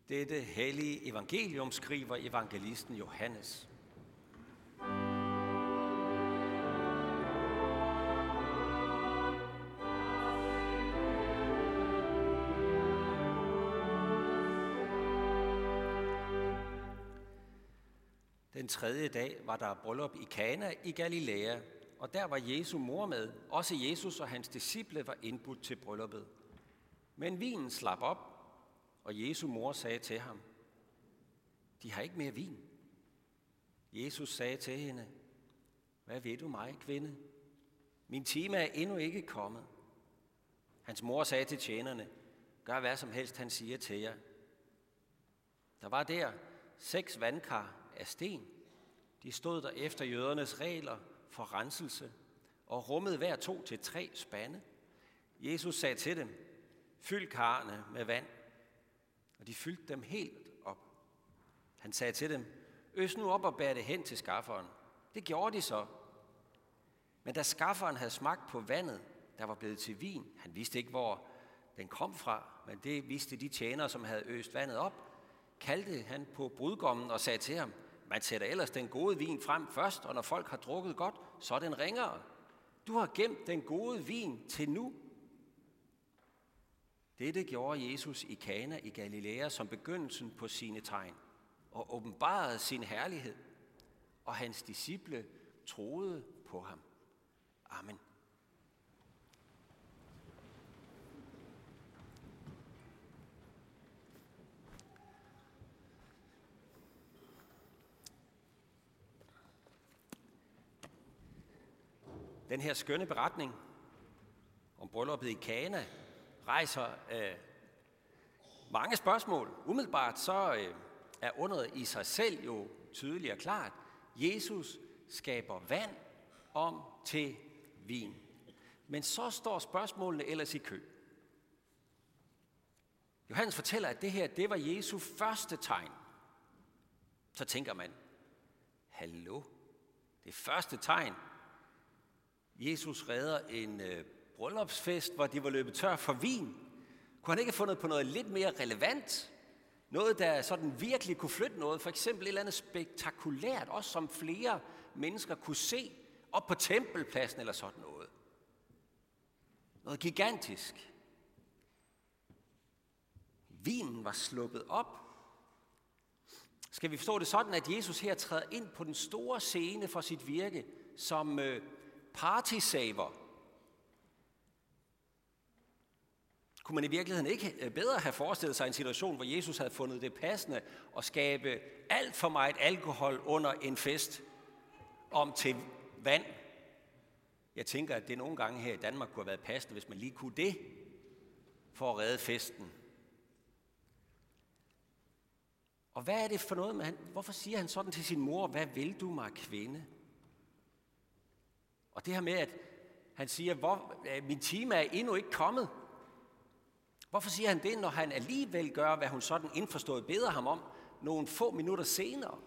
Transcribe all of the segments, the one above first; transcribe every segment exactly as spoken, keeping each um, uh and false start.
Dette hellige evangelium skriver evangelisten Johannes. Den tredje dag var der bryllup i Kana i Galilea, og der var Jesu mor med. Også Jesus og hans disciple var indbudt til brylluppet. Men vinen slap op, og Jesu mor sagde til ham: "De har ikke mere vin." Jesus sagde til hende: "Hvad ved du mig, kvinde? Min time er endnu ikke kommet." Hans mor sagde til tjenerne: "Gør hvad som helst, han siger til jer." Der var der seks vandkar af sten. De stod der efter jødernes regler for renselse, og rummede hver to til tre spande. Jesus sagde til dem: "Fyld karrene med vand." Og de fyldte dem helt op. Han sagde til dem: "Øs nu op og bær det hen til skafferen." Det gjorde de så. Men da skafferen havde smagt på vandet, der var blevet til vin, han vidste ikke, hvor den kom fra, men det vidste de tjenere, som havde øst vandet op, kaldte han på brudgommen og sagde til ham: "Man sætter ellers den gode vin frem først, og når folk har drukket godt, så er den ringere. Du har gemt den gode vin til nu." Dette gjorde Jesus i Kana i Galilea som begyndelsen på sine tegn, og åbenbarede sin herlighed, og hans disciple troede på ham. Amen. Den her skønne beretning om brylluppet i Kana rejser øh, mange spørgsmål. Umiddelbart så øh, er underet i sig selv jo tydeligt og klart. Jesus skaber vand om til vin. Men så står spørgsmålene ellers i kø. Johannes fortæller, at det her, det var Jesu første tegn. Så tænker man: hallo, det første tegn. Jesus redder en øh, bryllupsfest, hvor de var løbet tør for vin. Kunne han ikke have fundet på noget lidt mere relevant? Noget, der sådan virkelig kunne flytte noget. For eksempel et eller andet spektakulært, også som flere mennesker kunne se op på tempelpladsen eller sådan noget. Noget gigantisk. Vinen var sluppet op. Skal vi forstå det sådan, at Jesus her træder ind på den store scene for sit virke som øh, partysaver? Kunne man i virkeligheden ikke bedre have forestillet sig en situation, hvor Jesus havde fundet det passende at skabe alt for meget alkohol under en fest om til vand? Jeg tænker, at det nogle gange her i Danmark kunne have været passende, hvis man lige kunne det, for at redde festen. Og hvad er det for noget, man, hvorfor siger han sådan til sin mor: "Hvad vil du mig, kvinde?" Og det her med, at han siger, hvor min time er endnu ikke kommet. Hvorfor siger han det, når han alligevel gør, hvad hun sådan indforstået beder ham om, nogle få minutter senere?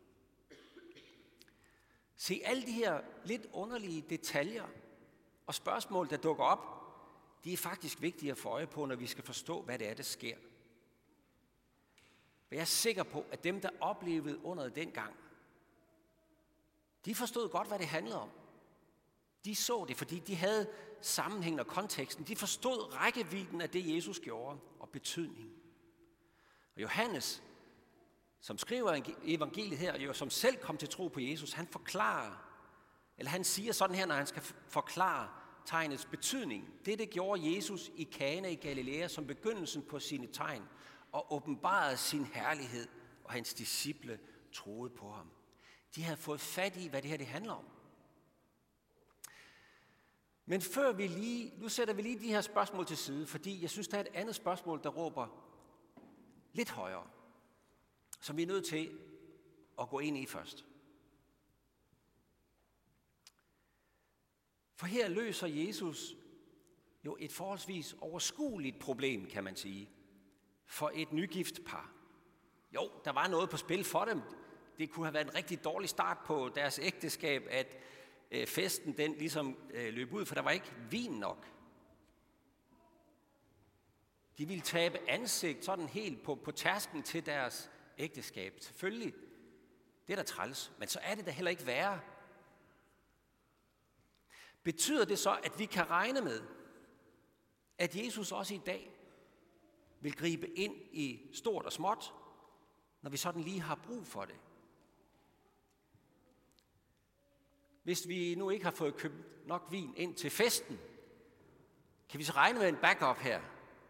Se, alle de her lidt underlige detaljer og spørgsmål, der dukker op, de er faktisk vigtige at få øje på, når vi skal forstå, hvad det er, der sker. For jeg er sikker på, at dem, der oplevede under dengang, de forstod godt, hvad det handlede om. De så det, fordi de havde sammenhængen og konteksten. De forstod rækkevidden af det, Jesus gjorde, og betydningen. Og Johannes, som skriver evangeliet her, jo som selv kom til tro på Jesus, han forklarer, eller han siger sådan her, når han skal forklare tegnets betydning. Dette gjorde Jesus i Kana i Galilea som begyndelsen på sine tegn, og åbenbarede sin herlighed, og hans disciple troede på ham. De havde fået fat i, hvad det her det handler om. Men før vi lige, nu sætter vi lige de her spørgsmål til side, fordi jeg synes, der er et andet spørgsmål, der råber lidt højere, som vi er nødt til at gå ind i først. For her løser Jesus jo et forholdsvis overskueligt problem, kan man sige, for et nygift par. Jo, der var noget på spil for dem. Det kunne have været en rigtig dårlig start på deres ægteskab, at festen den ligesom løb ud, for der var ikke vin nok. De ville tabe ansigt sådan helt på, på tærsken til deres ægteskab. Selvfølgelig, det er da træls, men så er det da heller ikke værre. Betyder det så, at vi kan regne med, at Jesus også i dag vil gribe ind i stort og småt, når vi sådan lige har brug for det? Hvis vi nu ikke har fået købt nok vin ind til festen, kan vi så regne med en backup her?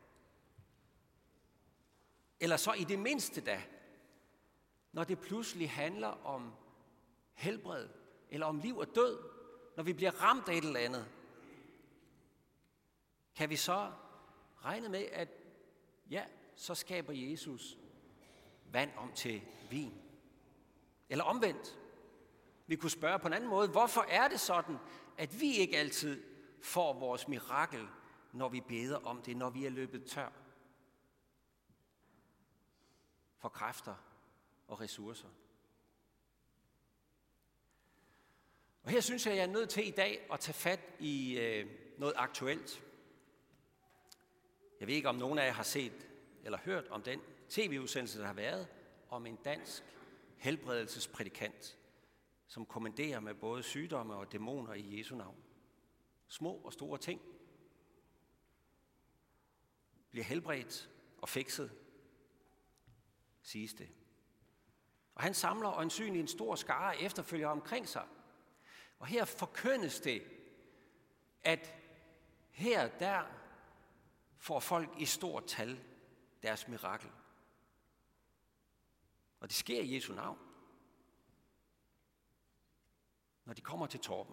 Eller så i det mindste da, når det pludselig handler om helbred, eller om liv og død, når vi bliver ramt af et eller andet, kan vi så regne med, at ja, så skaber Jesus vand om til vin. Eller omvendt. Vi kunne spørge på en anden måde, hvorfor er det sådan, at vi ikke altid får vores mirakel, når vi beder om det, når vi er løbet tør for kræfter og ressourcer? Og her synes jeg, jeg er nødt til i dag at tage fat i øh, noget aktuelt. Jeg ved ikke, om nogen af jer har set eller hørt om den tv-udsendelse, der har været om en dansk helbredelsesprædikant, som kommanderer med både sygdomme og dæmoner i Jesu navn. Små og store ting bliver helbredt og fikset, siges det. Og han samler øjensynligt en stor skare efterfølgere omkring sig. Og her forkyndes det, at her der får folk i stort tal deres mirakel. Og det sker i Jesu navn, når de kommer til Torben.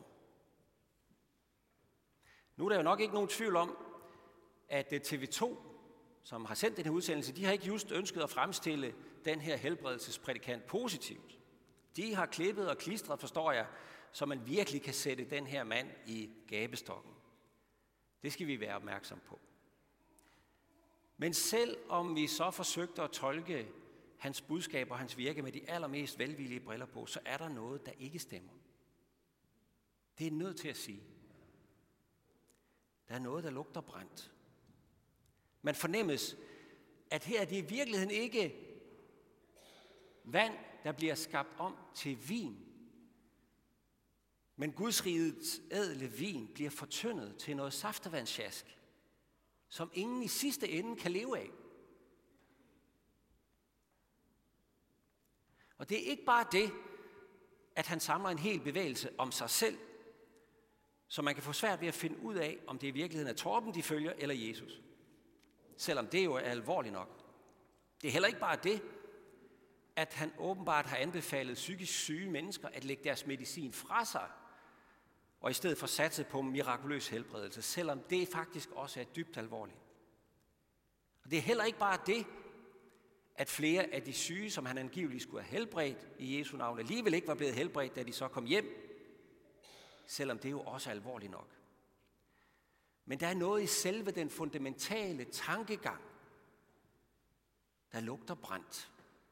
Nu er der jo nok ikke nogen tvivl om, at T V to, som har sendt den her udsendelse, de har ikke just ønsket at fremstille den her helbredelsesprædikant positivt. De har klippet og klistret, forstår jeg, så man virkelig kan sætte den her mand i gabestokken. Det skal vi være opmærksom på. Men selv om vi så forsøgte at tolke hans budskab og hans virke med de allermest velvillige briller på, så er der noget, der ikke stemmer. Det er nødt til at sige. Der er noget, der lugter brændt. Man fornemmes, at her er det i virkeligheden ikke vand, der bliver skabt om til vin. Men Guds rigets ædle vin bliver fortyndet til noget saftevandssjask, som ingen i sidste ende kan leve af. Og det er ikke bare det, at han samler en hel bevægelse om sig selv, så man kan få svært ved at finde ud af, om det i virkeligheden er Torben, de følger, eller Jesus. Selvom det jo er alvorligt nok. Det er heller ikke bare det, at han åbenbart har anbefalet psykisk syge mennesker at lægge deres medicin fra sig, og i stedet for satse på mirakuløs helbredelse, selvom det faktisk også er dybt alvorligt. Og det er heller ikke bare det, at flere af de syge, som han angiveligt skulle have helbredt i Jesu navn, alligevel ikke var blevet helbredt, da de så kom hjem, selvom det jo også er alvorligt nok. Men der er noget i selve den fundamentale tankegang, der lugter brændt.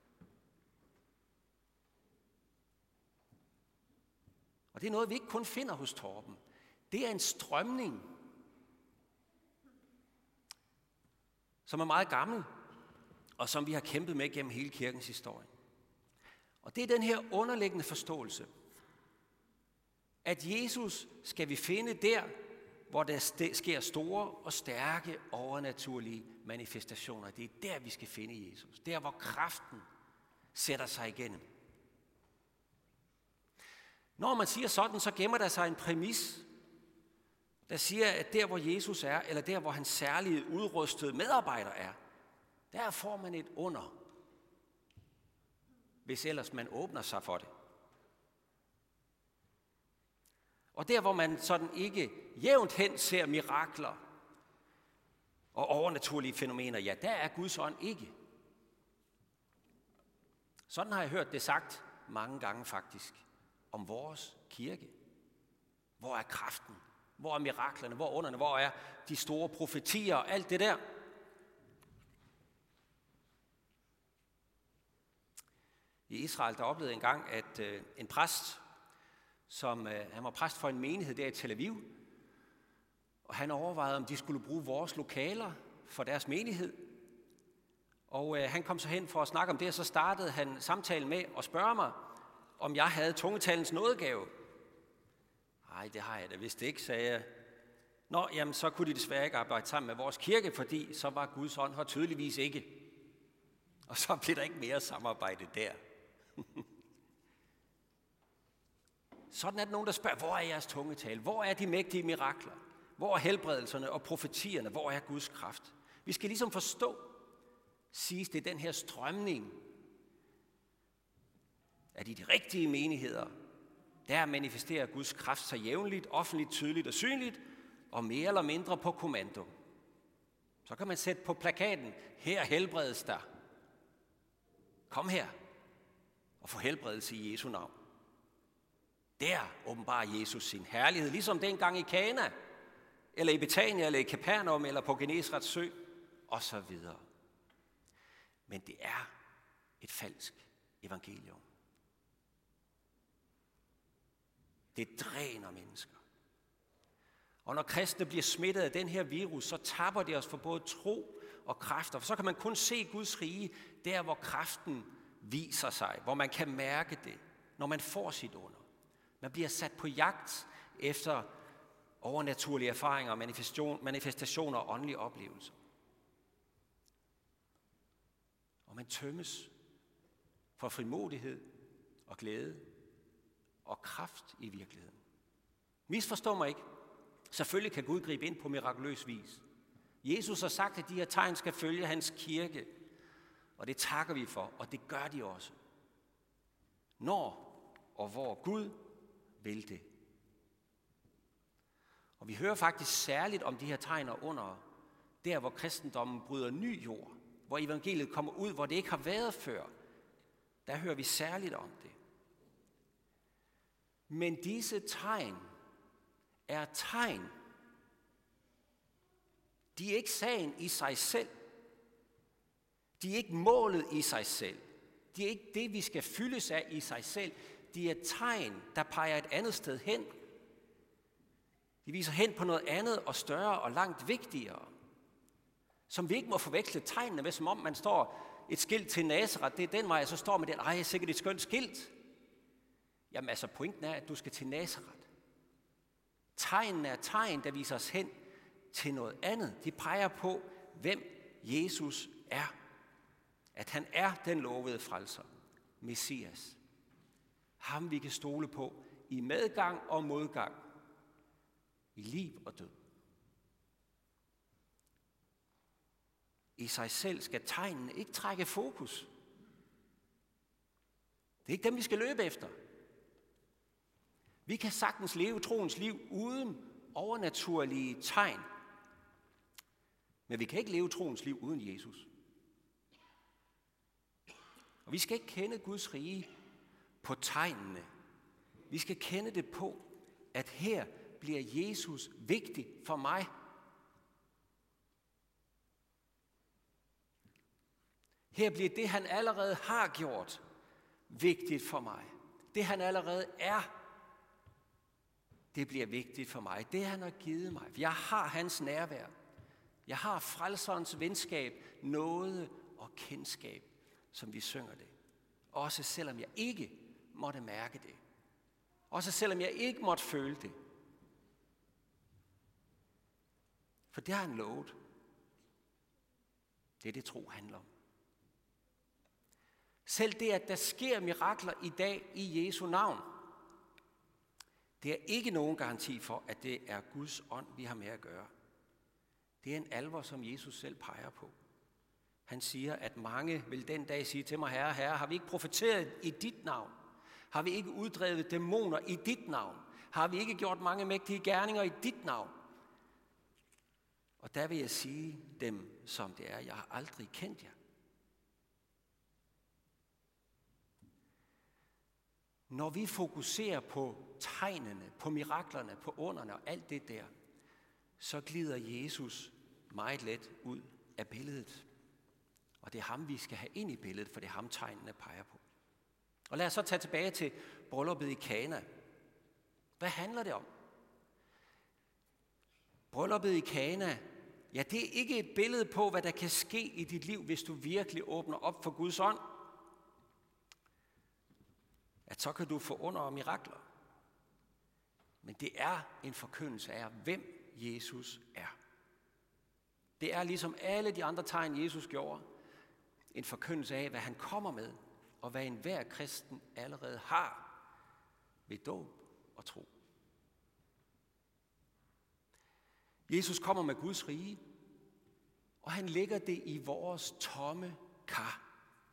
Og det er noget, vi ikke kun finder hos Torben. Det er en strømning, som er meget gammel, og som vi har kæmpet med gennem hele kirkens historie. Og det er den her underliggende forståelse, at Jesus skal vi finde der, hvor der sker store og stærke overnaturlige manifestationer. Det er der, vi skal finde Jesus. Der, hvor kraften sætter sig igennem. Når man siger sådan, så gemmer der sig en præmis, der siger, at der, hvor Jesus er, eller der, hvor hans særlige udrustede medarbejder er, der får man et under, hvis ellers man åbner sig for det. Og der, hvor man sådan ikke jævnt hen ser mirakler og overnaturlige fænomener, ja, der er Guds ånd ikke. Sådan har jeg hørt det sagt mange gange faktisk om vores kirke. Hvor er kraften? Hvor er miraklerne? Hvor er underne? Hvor er de store profetier og alt det der? I Israel, der oplevede en gang, at øh, en præst, som øh, han var præst for en menighed der i Tel Aviv, og han overvejede, om de skulle bruge vores lokaler for deres menighed. Og øh, han kom så hen for at snakke om det, og så startede han samtalen med at spørge mig, om jeg havde tungetalens nådegave. Nej, det har jeg da vist ikke, sagde jeg. Nå, jamen så kunne de desværre ikke arbejde sammen med vores kirke, fordi så var Guds ånd her tydeligvis ikke. Og så blev der ikke mere samarbejde der. Sådan er der nogen, der spørger, hvor er jeres tungetal? Hvor er de mægtige mirakler? Hvor er helbredelserne og profetierne? Hvor er Guds kraft? Vi skal ligesom forstå, siges det den her strømning, at i de rigtige menigheder, der manifesterer Guds kraft sig jævnligt, offentligt, tydeligt og synligt, og mere eller mindre på kommando. Så kan man sætte på plakaten, her helbredes der. Kom her og få helbredelse i Jesu navn. Der åbenbarer Jesus sin herlighed, ligesom dengang i Kana, eller i Betania, eller i Kapernaum, eller på Genesrets sø, og så videre. Men det er et falsk evangelium. Det dræner mennesker. Og når kristne bliver smittet af den her virus, så tapper det os for både tro og kræfter. For så kan man kun se Guds rige der, hvor kraften viser sig, hvor man kan mærke det, når man får sit under. Man bliver sat på jagt efter overnaturlige erfaringer, manifestation, manifestationer og åndelige oplevelser. Og man tømmes for frimodighed og glæde og kraft i virkeligheden. Misforstå mig ikke. Selvfølgelig kan Gud gribe ind på mirakuløs vis. Jesus har sagt, at de her tegn skal følge hans kirke, og det takker vi for, og det gør de også. Når og hvor Gud vil det. Og vi hører faktisk særligt om de her tegn og under, der hvor kristendommen bryder ny jord, hvor evangeliet kommer ud, hvor det ikke har været før. Der hører vi særligt om det. Men disse tegn er tegn. De er ikke sagen i sig selv. De er ikke målet i sig selv. De er ikke det, vi skal fyldes af i sig selv. De er tegn, der peger et andet sted hen. De viser hen på noget andet og større og langt vigtigere, som vi ikke må forveksle tegnene med, som om man står et skilt til Nazaret. Det er den vej, så står man der, ej, sikkert et skønt skilt. Jamen altså, pointen er, at du skal til Nazaret. Tegnene er tegn, der viser os hen til noget andet. De peger på, hvem Jesus er. At han er den lovede frelser, Messias. Ham vi kan stole på i medgang og modgang, i liv og død. I sig selv skal tegnene ikke trække fokus. Det er ikke dem, vi skal løbe efter. Vi kan sagtens leve troens liv uden overnaturlige tegn. Men vi kan ikke leve troens liv uden Jesus. Og vi skal ikke kende Guds rige på tegnene. Vi skal kende det på, at her bliver Jesus vigtig for mig. Her bliver det, han allerede har gjort, vigtigt for mig. Det, han allerede er, det bliver vigtigt for mig. Det, han har givet mig. Jeg har hans nærvær. Jeg har frelserens venskab, nåde og kendskab, som vi synger det. Også selvom jeg ikke måtte mærke det. Også selvom jeg ikke måtte føle det. For det har han lovet. Det er det, tro handler om. Selv det, at der sker mirakler i dag i Jesu navn, det er ikke nogen garanti for, at det er Guds ånd, vi har med at gøre. Det er en alvor, som Jesus selv peger på. Han siger, at mange vil den dag sige til mig, Herre, Herre, har vi ikke profeteret i dit navn? Har vi ikke uddrevet dæmoner i dit navn? Har vi ikke gjort mange mægtige gerninger i dit navn? Og der vil jeg sige dem, som det er, jeg har aldrig kendt jer. Når vi fokuserer på tegnene, på miraklerne, på underne og alt det der, så glider Jesus meget let ud af billedet. Og det er ham, vi skal have ind i billedet, for det er ham, tegnene peger på. Og lad os så tage tilbage til brylluppet i Kana. Hvad handler det om? Brylluppet i Kana ja, det er ikke et billede på, hvad der kan ske i dit liv, hvis du virkelig åbner op for Guds ånd. At så kan du få under og mirakler. Men det er en forkyndelse af, hvem Jesus er. Det er ligesom alle de andre tegn, Jesus gjorde, en forkyndelse af, hvad han kommer med, og hvad enhver kristen allerede har ved dåb og tro. Jesus kommer med Guds rige, og han lægger det i vores tomme kar.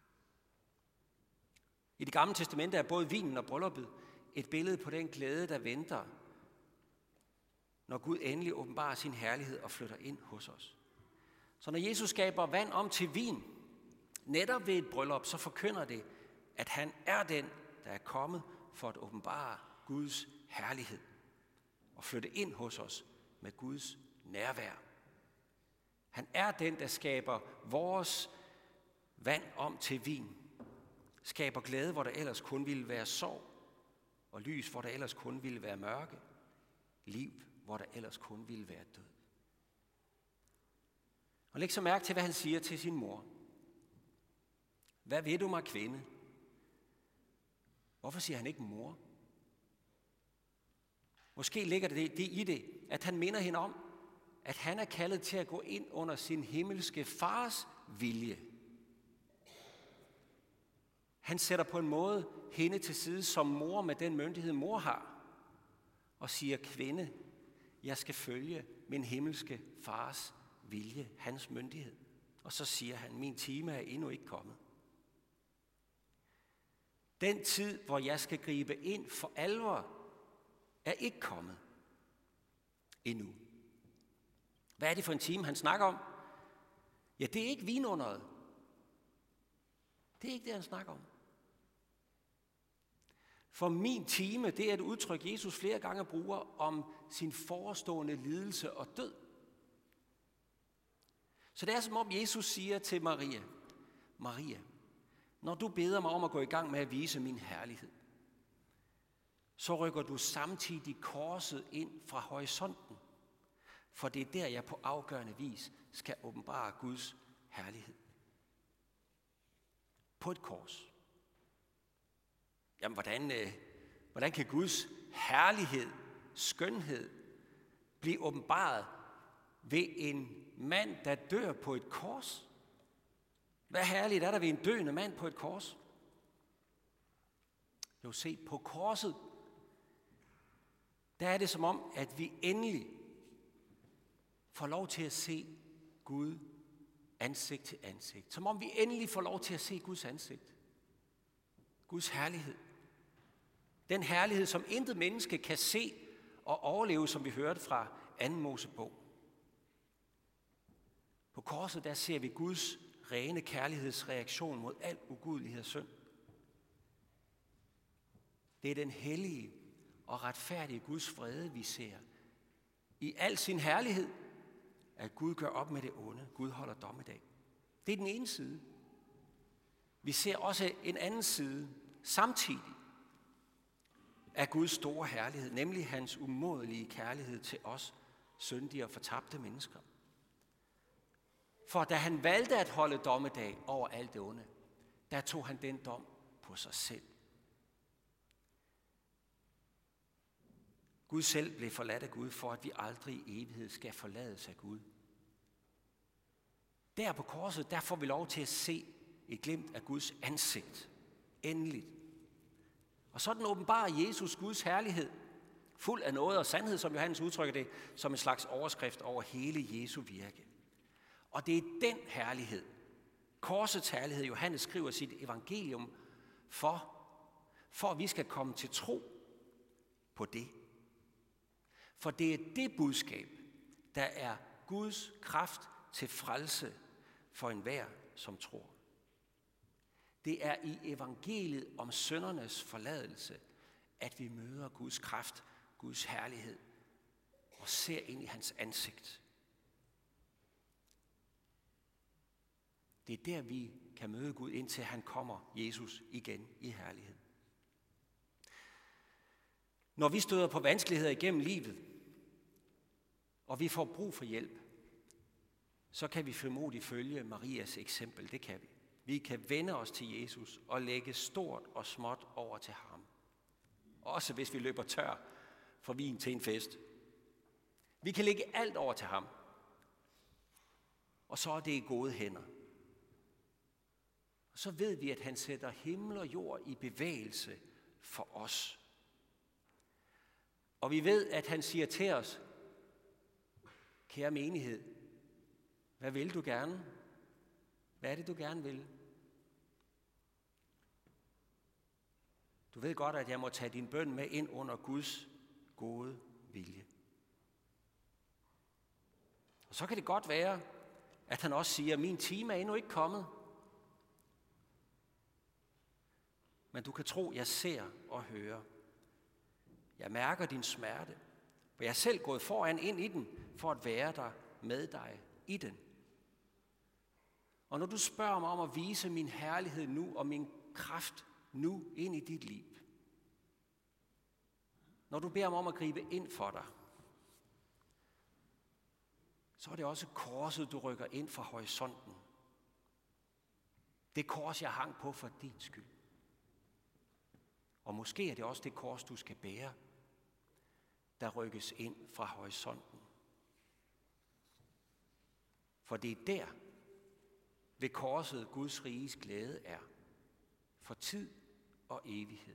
I Det Gamle Testamente er både vinen og brylluppet et billede på den glæde, der venter, når Gud endelig åbenbarer sin herlighed og flytter ind hos os. Så når Jesus skaber vand om til vin, netop ved et bryllup, så forkynder det, at han er den, der er kommet for at åbenbare Guds herlighed og flytte ind hos os med Guds nærvær. Han er den, der skaber vores vand om til vin, skaber glæde, hvor der ellers kun ville være sorg, og lys, hvor der ellers kun ville være mørke, liv, hvor der ellers kun ville være død. Og læg så mærke til, hvad han siger til sin mor. Hvad ved du mig, kvinde? Hvorfor siger han ikke mor? Måske ligger det, det i det, at han minder hende om, at han er kaldet til at gå ind under sin himmelske fars vilje. Han sætter på en måde hende til side som mor med den myndighed, mor har, og siger, kvinde, jeg skal følge min himmelske fars vilje, hans myndighed. Og så siger han, min time er endnu ikke kommet. Den tid, hvor jeg skal gribe ind for alvor, er ikke kommet endnu. Hvad er det for en time, han snakker om? Ja, det er ikke vinunderet. Det er ikke det, han snakker om. For min time, det er et udtryk, Jesus flere gange bruger om sin forestående lidelse og død. Så det er som om Jesus siger til Maria, Maria, når du beder mig om at gå i gang med at vise min herlighed, så rykker du samtidig korset ind fra horisonten. For det er der, jeg på afgørende vis skal åbenbare Guds herlighed. På et kors. Jamen, hvordan, øh, hvordan kan Guds herlighed, skønhed, blive åbenbaret ved en mand, der dør på et kors? Hvad herligt er der ved en døende mand på et kors? Jo, se, på korset, der er det som om, at vi endelig får lov til at se Gud ansigt til ansigt. Som om vi endelig får lov til at se Guds ansigt. Guds herlighed. Den herlighed, som intet menneske kan se og overleve, som vi hørte fra anden Mosebog. På korset, der ser vi Guds rene kærlighedsreaktion mod al ugudelighed og synd. Det er den hellige og retfærdige Guds vrede, vi ser. I al sin herlighed, at Gud gør op med det onde. Gud holder dommedag. Det er den ene side. Vi ser også en anden side samtidig af Guds store herlighed, nemlig hans umådelige kærlighed til os syndige og fortabte mennesker. For da han valgte at holde dommedag over alt det onde, der tog han den dom på sig selv. Gud selv blev forladt af Gud, for at vi aldrig i evighed skal forlades af Gud. Der på korset, der får vi lov til at se et glimt af Guds ansigt. Endeligt. Og sådan åbenbarer Jesus Guds herlighed, fuld af noget og sandhed, som Johannes udtrykker det, som en slags overskrift over hele Jesu virke. Og det er den herlighed, korsets herlighed, Johannes skriver sit evangelium for, for at vi skal komme til tro på det. For det er det budskab, der er Guds kraft til frelse for enhver, som tror. Det er i evangeliet om syndernes forladelse, at vi møder Guds kraft, Guds herlighed og ser ind i hans ansigt. Det er der, vi kan møde Gud, indtil han kommer, Jesus, igen i herlighed. Når vi støder på vanskeligheder igennem livet, og vi får brug for hjælp, så kan vi frimodigt følge Marias eksempel. Det kan vi. Vi kan vende os til Jesus og lægge stort og småt over til ham. Også hvis vi løber tør for vin til en fest. Vi kan lægge alt over til ham. Og så er det i gode hænder. Og så ved vi, at han sætter himmel og jord i bevægelse for os. Og vi ved, at han siger til os, kære menighed, hvad vil du gerne? Hvad er det, du gerne vil? Du ved godt, at jeg må tage din bøn med ind under Guds gode vilje. Og så kan det godt være, at han også siger, at min time er endnu ikke kommet. Men du kan tro, jeg ser og hører. Jeg mærker din smerte, for jeg er selv gået foran ind i den, for at være der med dig i den. Og når du spørger mig om at vise min herlighed nu og min kraft nu ind i dit liv, når du beder mig om at gribe ind for dig, så er det også korset, du rykker ind fra horisonten. Det kors, jeg hang på for din skyld. Og måske er det også det kors, du skal bære, der rykkes ind fra horisonten. For det er der, ved korset, Guds riges glæde er. For tid og evighed.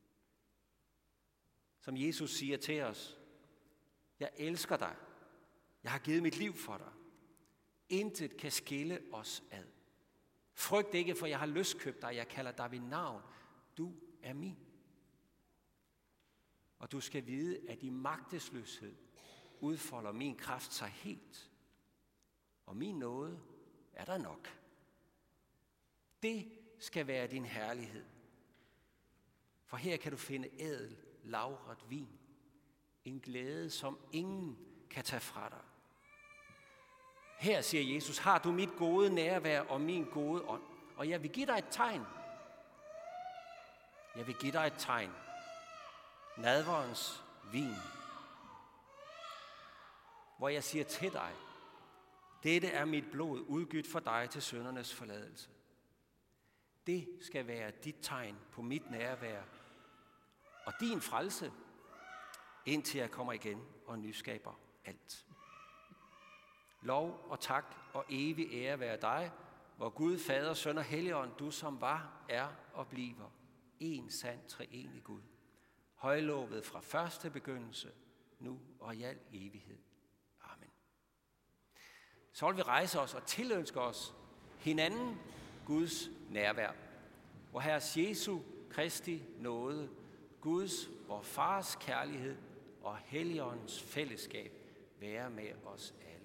Som Jesus siger til os, jeg elsker dig. Jeg har givet mit liv for dig. Intet kan skille os ad. Frygt ikke, for jeg har løskøbt dig. Jeg kalder dig ved navn. Du er min. Og du skal vide, at i magtesløshed udfolder min kraft sig helt. Og min nåde er der nok. Det skal være din herlighed. For her kan du finde ædel, lagret vin. En glæde, som ingen kan tage fra dig. Her, siger Jesus, har du mit gode nærvær og min gode ånd. Og jeg vil give dig et tegn. Jeg vil give dig et tegn. Nadverens vin. Hvor jeg siger til dig, dette er mit blod udgydt for dig til syndernes forladelse. Det skal være dit tegn på mit nærvær og din frelse, indtil jeg kommer igen og nyskaber alt. Lov og tak og evig ære være dig, hvor Gud, Fader, Søn og Helligånd, du som var, er og bliver en sand treenig Gud. Højlovet fra første begyndelse, nu og i al evighed. Amen. Så vil vi rejse os og tilønske os hinanden Guds nærvær. Vor Herres Jesu Kristi nåde, Guds, vor Fars kærlighed og Helligåndens fællesskab være med os alle.